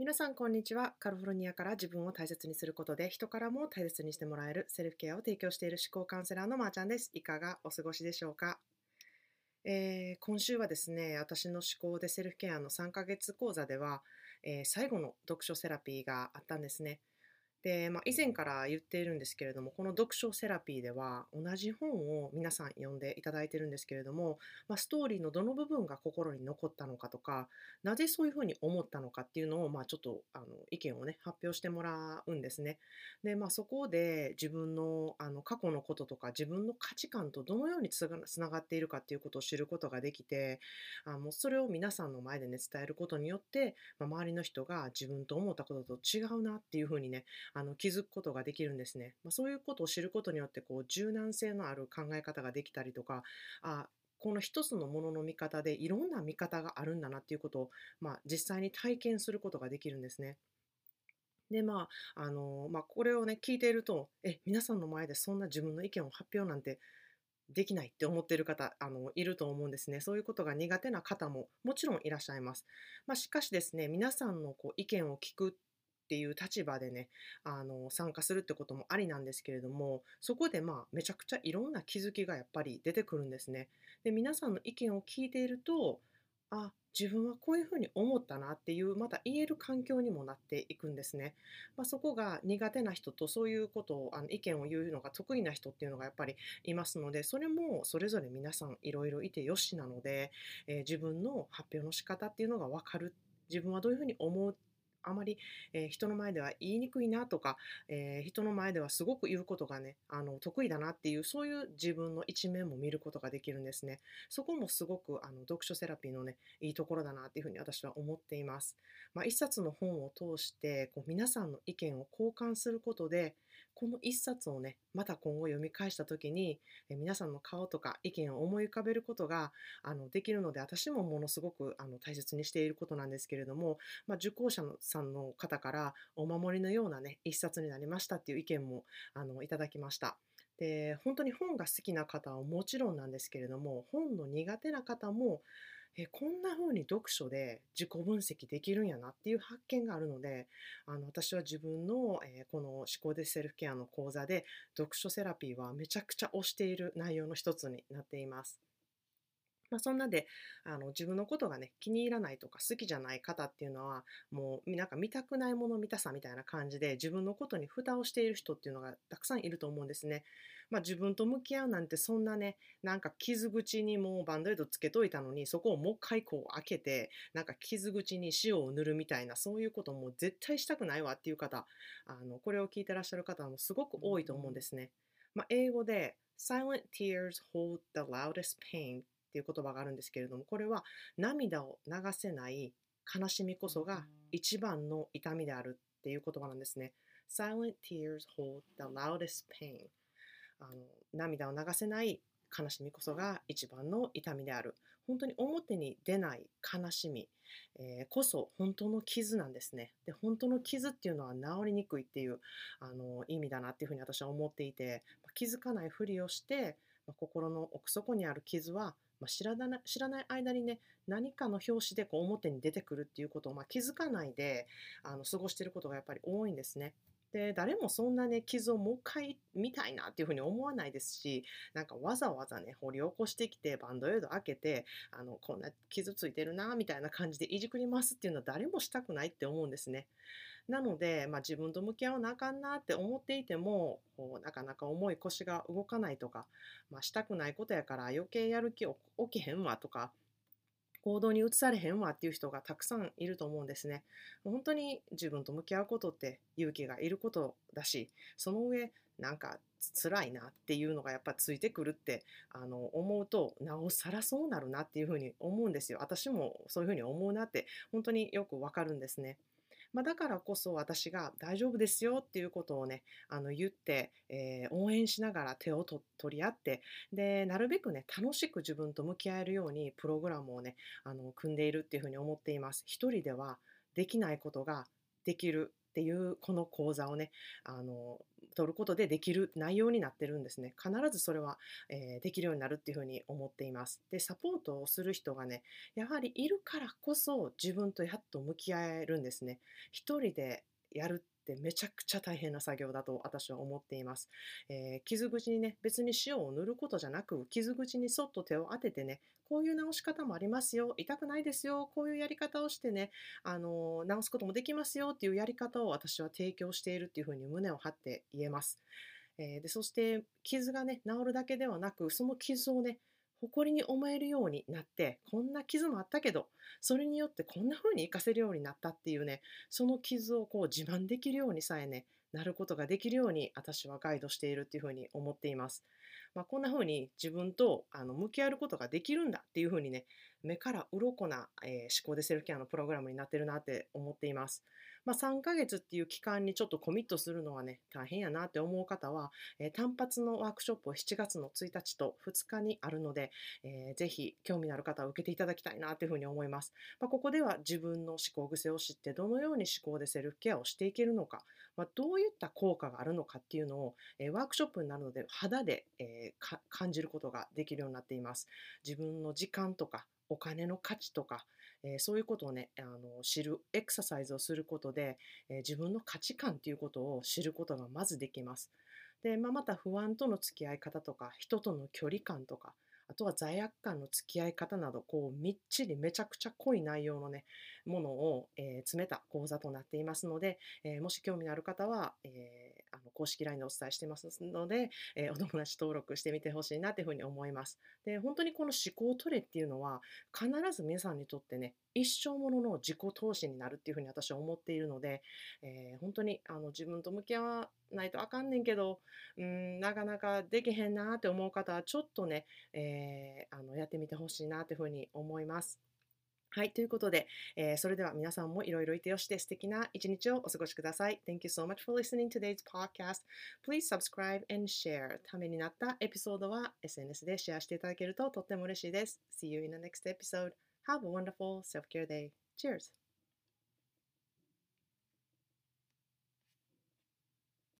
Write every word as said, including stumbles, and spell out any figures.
皆さん、こんにちは。カリフォルニアから自分を大切にすることで人からも大切にしてもらえるセルフケアを提供している思考カウンセラーのまーちゃんです。いかがお過ごしでしょうか？えー今週はですね、私の思考でセルフケアのさんかげつ講座では、えー最後の読書セラピーがあったんですね。で、まあ、以前から言っているんですけれども、この読書セラピーでは同じ本を皆さん読んでいただいているんですけれども、まあ、ストーリーのどの部分が心に残ったのかとか、なぜそういうふうに思ったのかっていうのを、まあ、ちょっとあの意見をね、発表してもらうんですね。で、まあ、そこで自分のあの過去のこととか、自分の価値観とどのようにつがつながっているかっていうことを知ることができて、あもうそれを皆さんの前でね、伝えることによって、まあ、周りの人が自分と思ったことと違うなっていうふうにね、あの気づくことができるんですね。まあ、そういうことを知ることによってこう柔軟性のある考え方ができたりとか、あこの一つのものの見方でいろんな見方があるんだなっていうことを、まあ、実際に体験することができるんですね。で、まあ、あの、まあ、これをね、聞いていると、え、皆さんの前でそんな自分の意見を発表なんてできないって思っている方、あの、いると思うんですね。そういうことが苦手な方ももちろんいらっしゃいます。まあ、しかしですね、皆さんのこう意見を聞くっていう立場でね、あの、参加するってこともありなんですけれども、そこでまあ、めちゃくちゃいろんな気づきがやっぱり出てくるんですね。で、皆さんの意見を聞いていると、あ、自分はこういうふうに思ったなっていう、また言える環境にもなっていくんですね。まあ、そこが苦手な人とそういうことを、あの意見を言うのが得意な人っていうのがやっぱりいますので、それもそれぞれ皆さんいろいろいてよしなので、えー自分の発表の仕方っていうのが分かる。自分はどういうふうに思う。あまり、えー人の前では言いにくいなとか、えー人の前ではすごく言うことがね、あの得意だなっていう、そういう自分の一面も見ることができるんですね。そこもすごくあの読書セラピーのね、いいところだなっていうふうに私は思っています。まあ、一冊の本を通してこう皆さんの意見を交換することで、この一冊をね、また今後読み返した時に、え皆さんの顔とか意見を思い浮かべることがあのできるので、私もものすごくあの大切にしていることなんですけれども、まあ、受講者のさんの方からお守りのようなね、一冊になりましたっていう意見もあのいただきました。で、本当に本が好きな方はもちろんなんですけれども、本の苦手な方もえ、こんな風に読書で自己分析できるんやなっていう発見があるので、あの、私は自分の、えーこの思考でセルフケアの講座で、読書セラピーはめちゃくちゃ推している内容の一つになっています。まあ、そんなで、あの、自分のことがね、気に入らないとか好きじゃない方っていうのは、もう、なんか見たくないもの見たさみたいな感じで、自分のことに蓋をしている人っていうのがたくさんいると思うんですね。まあ、自分と向き合うなんてそんなね、なんか傷口にもうバンドエイドつけといたのに、そこをもう一回こう開けて、なんか傷口に塩を塗るみたいな、そういうことも絶対したくないわっていう方、あの、これを聞いてらっしゃる方もすごく多いと思うんですね。まあ、英語で Silent tears hold the loudest pain っていう言葉があるんですけれども、これは涙を流せない悲しみこそが一番の痛みであるっていう言葉なんですね。Silent tears hold the loudest pain。あの涙を流せない悲しみこそが一番の痛みである。本当に表に出ない悲しみ、えーこそ本当の傷なんですね。で、本当の傷っていうのは治りにくいっていうあの意味だなっていうふうに私は思っていて、気づかないふりをして、まあ心の奥底にある傷は、まあ、知らない知らない間にね、何かの拍子でこう表に出てくるっていうことを、まあ、気づかないであの過ごしていることがやっぱり多いんですね。で、誰もそんなね、傷をもう一回見たいなっていうふうに思わないですし、なんかわざわざね、掘り起こしてきて、バンドエイド開けて、あの、こんな傷ついてるな、みたいな感じでいじくりますっていうのは誰もしたくないって思うんですね。なので、まあ、自分と向き合わなあかんなって思っていても、こうなかなか重い腰が動かないとか、まあ、したくないことやから余計やる気起きへんわとか、行動に移されへんわっていう人がたくさんいると思うんですね。本当に自分と向き合うことって勇気がいることだし、その上、なんか辛いなっていうのがやっぱついてくるってあの思うと、なおさらそうなるなっていうふうに思うんですよ。私もそういうふうに思うなって本当によくわかるんですね。まあ、だからこそ私が大丈夫ですよっていうことをね、あの言って、えー応援しながら手をと取り合って、で、なるべくね、楽しく自分と向き合えるようにプログラムをね、あの組んでいるっていうふうに思っています。一人ではできないことができる。 っていうこの講座をね、あの、取ることでできる内容になってるんですね。必ずそれは、えーできるようになるっていうふうに思っています。で、サポートをする人がね、やはりいるからこそ自分とやっと向き合えるんですね。一人でやるってめちゃくちゃ大変な作業だと私は思っています。えー傷口にね、別に塩を塗ることじゃなく、傷口にそっと手を当ててね、こういう直し方もありますよ、痛くないですよ、こういうやり方をしてね、あの直すこともできますよっていうやり方を私は提供しているっていうふうに胸を張って言えます。えーで、そして傷がね、治るだけではなく、その傷をね、誇りに思えるようになって、こんな傷もあったけど、それによってこんな風に活かせるようになったっていうね、その傷をこう自慢できるようにさえね、なることができるように私はガイドしているっていう風に思っています。まあ、こんな風に自分とあの向き合えることができるんだっていう風にね、目から鱗な、えー思考でセルフケアのプログラムになってるなって思っています。まあ、さんかげつっていう期間にちょっとコミットするのはね、大変やなって思う方は、えー単発のワークショップをしちがつのついたちとふつかにあるので、えーぜひ興味のある方は受けていただきたいなというふうに思います。まあ、ここでは自分の思考癖を知ってどのように思考でセルフケアをしていけるのか、まあ、どういった効果があるのかっていうのを、えーワークショップになるので肌で、えーか感じることができるようになっています。自分の時間とかお金の価値とか、えーそういうことをね、あの知るエクササイズをすることで、えー自分の価値観ということを知ることがまずできます。で、まあ、また不安との付き合い方とか、人との距離感とか、あとは罪悪感の付き合い方など、こう、みっちりめちゃくちゃ濃い内容のね、ものを、えー詰めた講座となっていますので、えーもし興味のある方は、えーあの公式 ライン でお伝えしてますので、えーお友達登録してみてほしいなというふうに思います。で、本当にこの思考トレっていうのは、必ず皆さんにとってね、一生ものの自己投資になるっていうふうに私は思っているので、えー本当にあの自分と向き合わないとあかんねんけど、うん、なかなかできへんなって思う方は、ちょっとね、えーあのやってみてほしいなというふうに思います。はい、ということで、えーそれでは皆さんもいろいろいてよして素敵な一日をお過ごしください。Thank you so much for listening to today's podcast. Please subscribe and share. ためになったエピソードは エスエヌエス でシェアしていただけるととっても嬉しいです。See you in the next episode. Have a wonderful self-care day. Cheers!